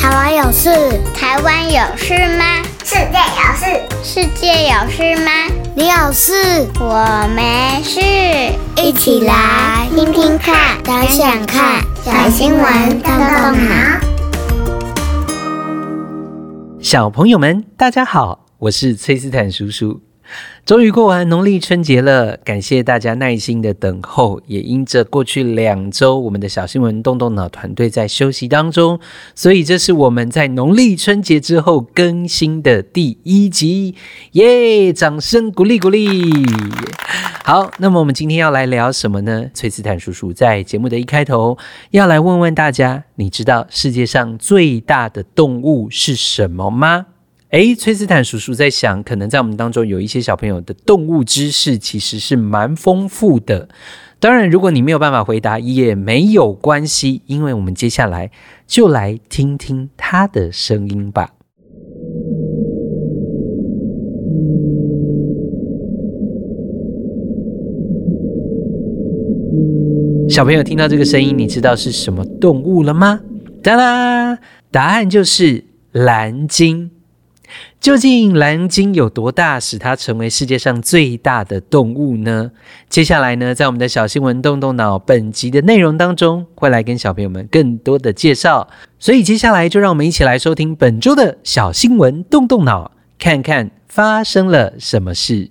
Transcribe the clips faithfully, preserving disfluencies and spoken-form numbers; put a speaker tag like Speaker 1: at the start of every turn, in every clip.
Speaker 1: 台湾有事？
Speaker 2: 台湾有事吗？
Speaker 3: 世界有事？
Speaker 2: 世界有事吗？
Speaker 1: 你有事？
Speaker 2: 我没事。
Speaker 1: 一起来听听看，想想看，
Speaker 3: 小新闻动动脑。
Speaker 4: 小朋友们，大家好，我是崔斯坦叔叔。终于过完农历春节了，感谢大家耐心的等候，也因着过去两周我们的小新闻动动脑团队在休息当中，所以这是我们在农历春节之后更新的第一集，耶！掌声鼓励鼓励。好，那么我们今天要来聊什么呢？崔斯坦叔叔在节目的一开头要来问问大家，你知道世界上最大的动物是什么吗？诶，崔斯坦叔叔在想，可能在我们当中有一些小朋友的动物知识其实是蛮丰富的。当然，如果你没有办法回答也没有关系，因为我们接下来就来听听他的声音吧。小朋友听到这个声音，你知道是什么动物了吗？哒啦，答案就是蓝鲸。究竟蓝鲸有多大，使它成为世界上最大的动物呢？接下来呢，在我们的小新闻动动脑本集的内容当中，会来跟小朋友们更多的介绍。所以接下来就让我们一起来收听本周的小新闻动动脑，看看发生了什么事。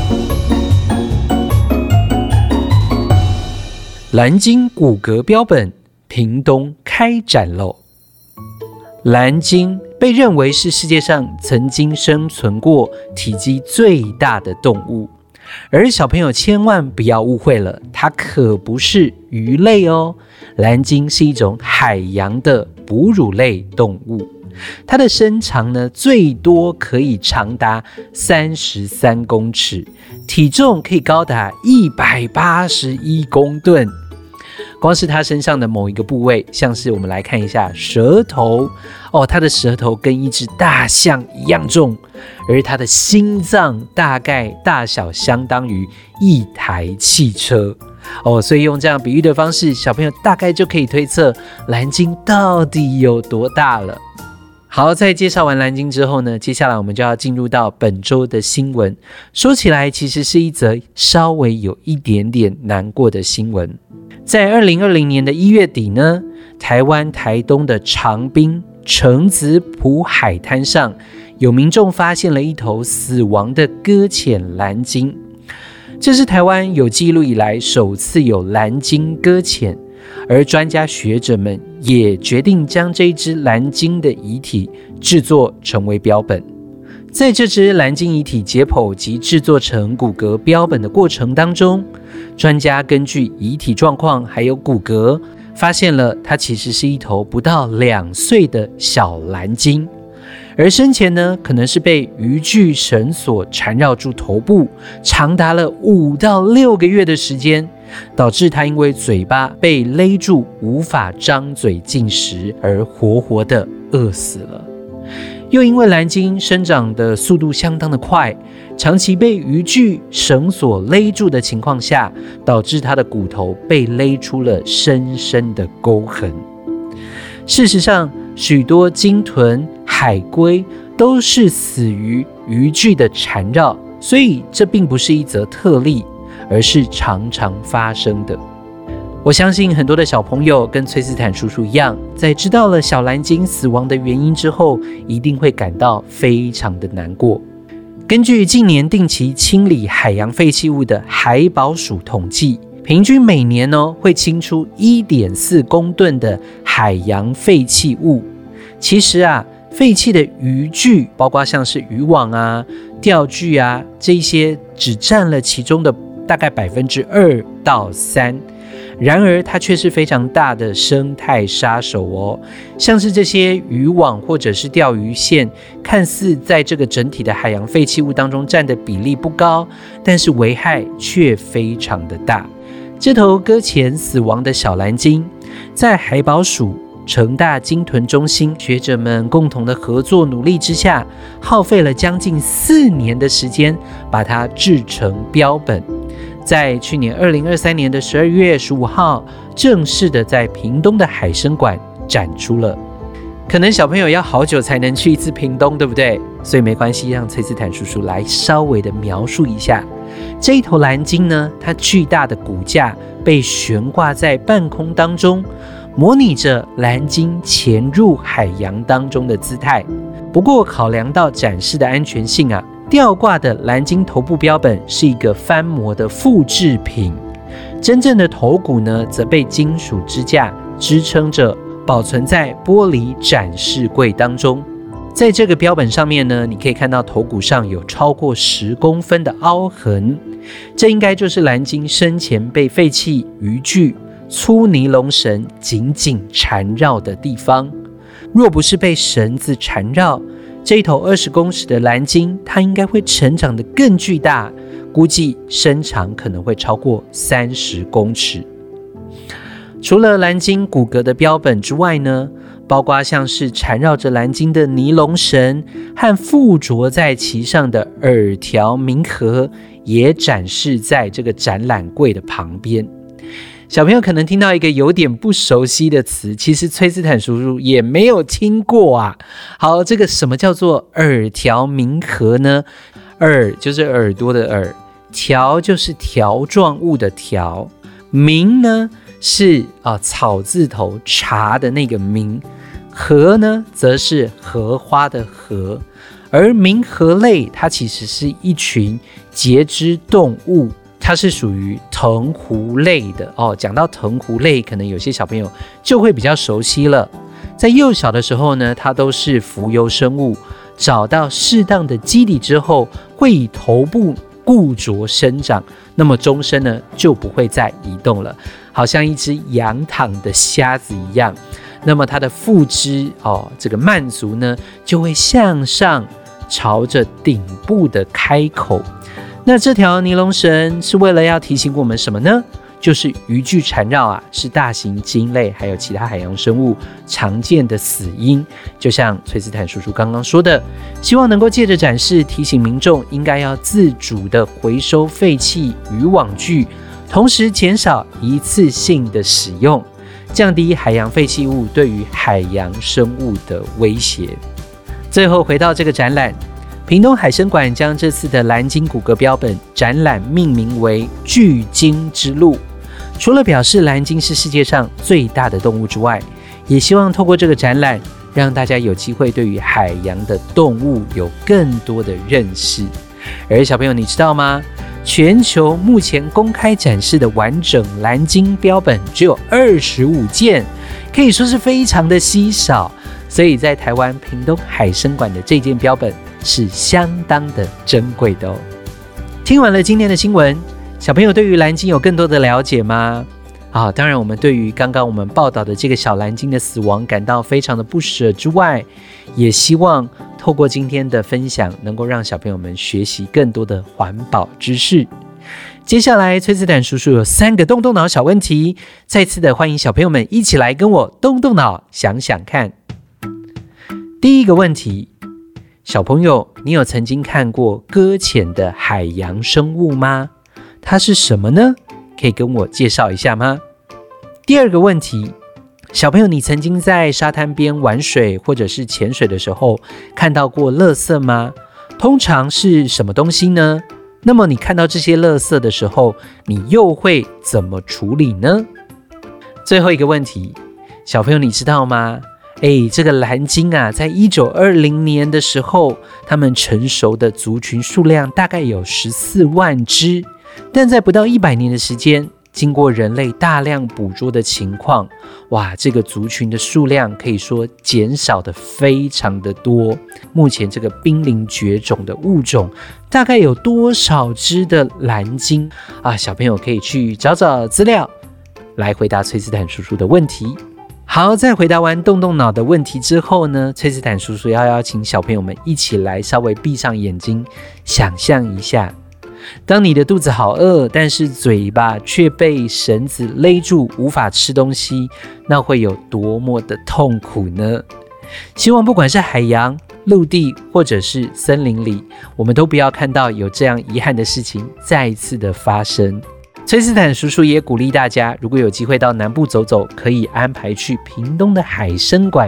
Speaker 4: 蓝鲸骨骼标本，屏东开展喽！蓝鲸被认为是世界上曾经生存过体积最大的动物，而小朋友千万不要误会了，它可不是鱼类哦。蓝鲸是一种海洋的哺乳类动物，它的身长呢，最多可以长达三十三公尺，体重可以高达一百八十一公吨。光是它身上的某一个部位，像是我们来看一下舌头哦，它的舌头跟一只大象一样重，而它的心脏大概大小相当于一台汽车哦，所以用这样比喻的方式，小朋友大概就可以推测蓝鲸到底有多大了。好，在介绍完蓝鲸之后呢，接下来我们就要进入到本周的新闻。说起来，其实是一则稍微有一点点难过的新闻。在二零二零年的一月底呢，台湾台东的长滨橙子埔海滩上，有民众发现了一头死亡的搁浅蓝鲸。这是台湾有记录以来首次有蓝鲸搁浅，而专家学者们也决定将这只蓝鲸的遗体制作成为标本。在这只蓝鲸遗体解剖及制作成骨骼标本的过程当中，专家根据遗体状况还有骨骼，发现了它其实是一头不到两岁的小蓝鲸，而生前呢，可能是被渔具绳索缠绕住头部，长达了五到六个月的时间，导致它因为嘴巴被勒住，无法张嘴进食，而活活的饿死了。又因为蓝鲸生长的速度相当的快，长期被渔具绳索勒住的情况下，导致它的骨头被勒出了深深的沟痕。事实上，许多鲸豚、海龟都是死于渔具的缠绕，所以这并不是一则特例，而是常常发生的。我相信很多的小朋友跟崔斯坦叔叔一样，在知道了小蓝鲸死亡的原因之后，一定会感到非常的难过。根据近年定期清理海洋废弃物的海保署统计，平均每年哦会清出 一点四公吨的海洋废弃物。其实啊，废弃的渔具，包括像是渔网啊、钓具啊，这些只占了其中的大概百分之二到三。然而它却是非常大的生态杀手哦，像是这些渔网或者是钓鱼线，看似在这个整体的海洋废弃物当中占的比例不高，但是危害却非常的大。这头搁浅死亡的小蓝鲸，在海保署成大鲸豚中心学者们共同的合作努力之下，耗费了将近四年的时间，把它制成标本。在去年二零二三年的十二月十五号，正式的在屏东的海生馆展出了。 可能小朋友要好久才能去一次屏东，对不对？所以没关系，让崔斯坦叔叔来稍微的描述一下。这一头蓝鲸呢，它巨大的骨架被悬挂在半空当中，模拟着蓝鲸潜入海洋当中的姿态。不过考量到展示的安全性啊，吊挂的蓝鲸头部标本是一个翻模的复制品，真正的头骨呢，则被金属支架支撑着，保存在玻璃展示柜当中。在这个标本上面呢，你可以看到头骨上有超过十公分的凹痕，这应该就是蓝鲸生前被废弃渔具、粗尼龙绳紧紧缠绕的地方。若不是被绳子缠绕，这一头二十公尺的蓝鲸，它应该会成长得更巨大，估计身长可能会超过三十公尺。除了蓝鲸骨骼的标本之外呢，包括像是缠绕着蓝鲸的尼龙绳和附着在其上的耳条铭盒，也展示在这个展览柜的旁边。小朋友可能听到一个有点不熟悉的词，其实崔斯坦叔叔也没有听过啊。好，这个什么叫做耳条铭盒呢？耳就是耳朵的耳，条就是条状物的条，铭呢是、啊、草字头茶的那个铭，荷呢则是荷花的荷。而铭盒类它其实是一群节肢动物，它是属于藤壶类的哦。讲到藤壶类，可能有些小朋友就会比较熟悉了。在幼小的时候呢，它都是浮游生物，找到适当的基底之后，会以头部固着生长，那么终身呢就不会再移动了，好像一只仰躺的虾子一样。那么它的腹肢哦，这个鳗足呢就会向上朝着顶部的开口。那这条尼龙绳是为了要提醒我们什么呢？就是渔具缠绕啊，是大型鲸类还有其他海洋生物常见的死因。就像崔斯坦叔叔刚刚说的，希望能够借着展示提醒民众应该要自主的回收废弃渔网具，同时减少一次性的使用，降低海洋废弃物对于海洋生物的威胁。最后回到这个展览，屏东海生馆将这次的蓝鲸骨骼标本展览命名为巨鲸之路。除了表示蓝鲸是世界上最大的动物之外，也希望透过这个展览，让大家有机会对于海洋的动物有更多的认识。而小朋友你知道吗？全球目前公开展示的完整蓝鲸标本只有二十五件，可以说是非常的稀少。所以在台湾屏东海生馆的这件标本是相当的珍贵的哦。听完了今天的新闻，小朋友对于蓝鲸有更多的了解吗？啊，当然我们对于刚刚我们报道的这个小蓝鲸的死亡感到非常的不舍之外，也希望透过今天的分享能够让小朋友们学习更多的环保知识。接下来崔斯坦叔叔有三个动动脑小问题，再次的欢迎小朋友们一起来跟我动动脑想想看。第一个问题，小朋友，你有曾经看过搁浅的海洋生物吗？它是什么呢？可以跟我介绍一下吗？第二个问题，小朋友，你曾经在沙滩边玩水或者是潜水的时候看到过垃圾吗？通常是什么东西呢？那么你看到这些垃圾的时候，你又会怎么处理呢？最后一个问题，小朋友，你知道吗？哎，这个蓝鲸啊，在一九二零年的时候，它们成熟的族群数量大概有十四万只，但在不到一百年的时间，经过人类大量捕捉的情况，哇，这个族群的数量可以说减少的非常的多。目前这个濒临绝种的物种，大概有多少只的蓝鲸啊？小朋友可以去找找资料，来回答崔斯坦叔叔的问题。好，在回答完动动脑的问题之后呢，崔斯坦叔叔要邀请小朋友们一起来稍微闭上眼睛，想象一下，当你的肚子好饿，但是嘴巴却被绳子勒住，无法吃东西，那会有多么的痛苦呢？希望不管是海洋、陆地或者是森林里，我们都不要看到有这样遗憾的事情再一次的发生。崔斯坦叔叔也鼓励大家，如果有机会到南部走走，可以安排去屏东的海生馆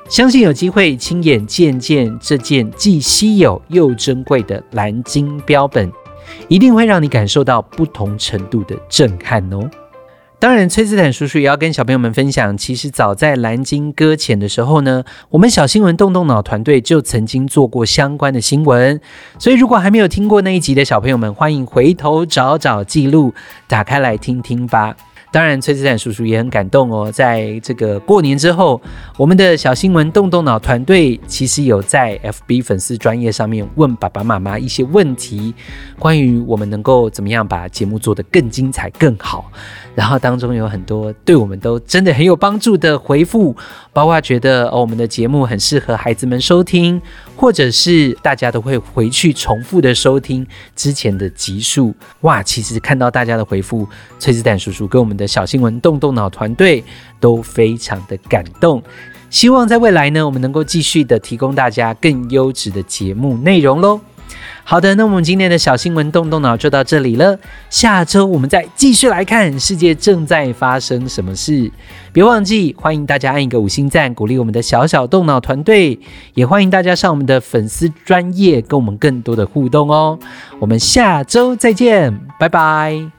Speaker 4: 相信有机会亲眼见见这件既稀有又珍贵的蓝鲸标本，一定会让你感受到不同程度的震撼哦。当然，崔斯坦叔叔也要跟小朋友们分享，其实早在蓝鲸搁浅的时候呢，我们小新闻动动脑团队就曾经做过相关的新闻，所以如果还没有听过那一集的小朋友们，欢迎回头找找记录，打开来听听吧。当然，崔斯坦叔叔也很感动哦，在这个过年之后，我们的小新闻动动脑团队其实有在 F B 粉丝专页上面问爸爸妈妈一些问题，关于我们能够怎么样把节目做得更精彩更好，然后当中有很多对我们都真的很有帮助的回复，包括觉得、哦、我们的节目很适合孩子们收听，或者是大家都会回去重复的收听之前的集数。哇，其实看到大家的回复，崔斯坦叔叔跟我们的小新闻动动脑团队都非常的感动。希望在未来呢，我们能够继续的提供大家更优质的节目内容咯。好的，那我们今天的小新闻动动脑就到这里了，下周我们再继续来看世界正在发生什么事。别忘记欢迎大家按一个五星赞，鼓励我们的小小动脑团队，也欢迎大家上我们的粉丝专页跟我们更多的互动哦。我们下周再见，拜拜。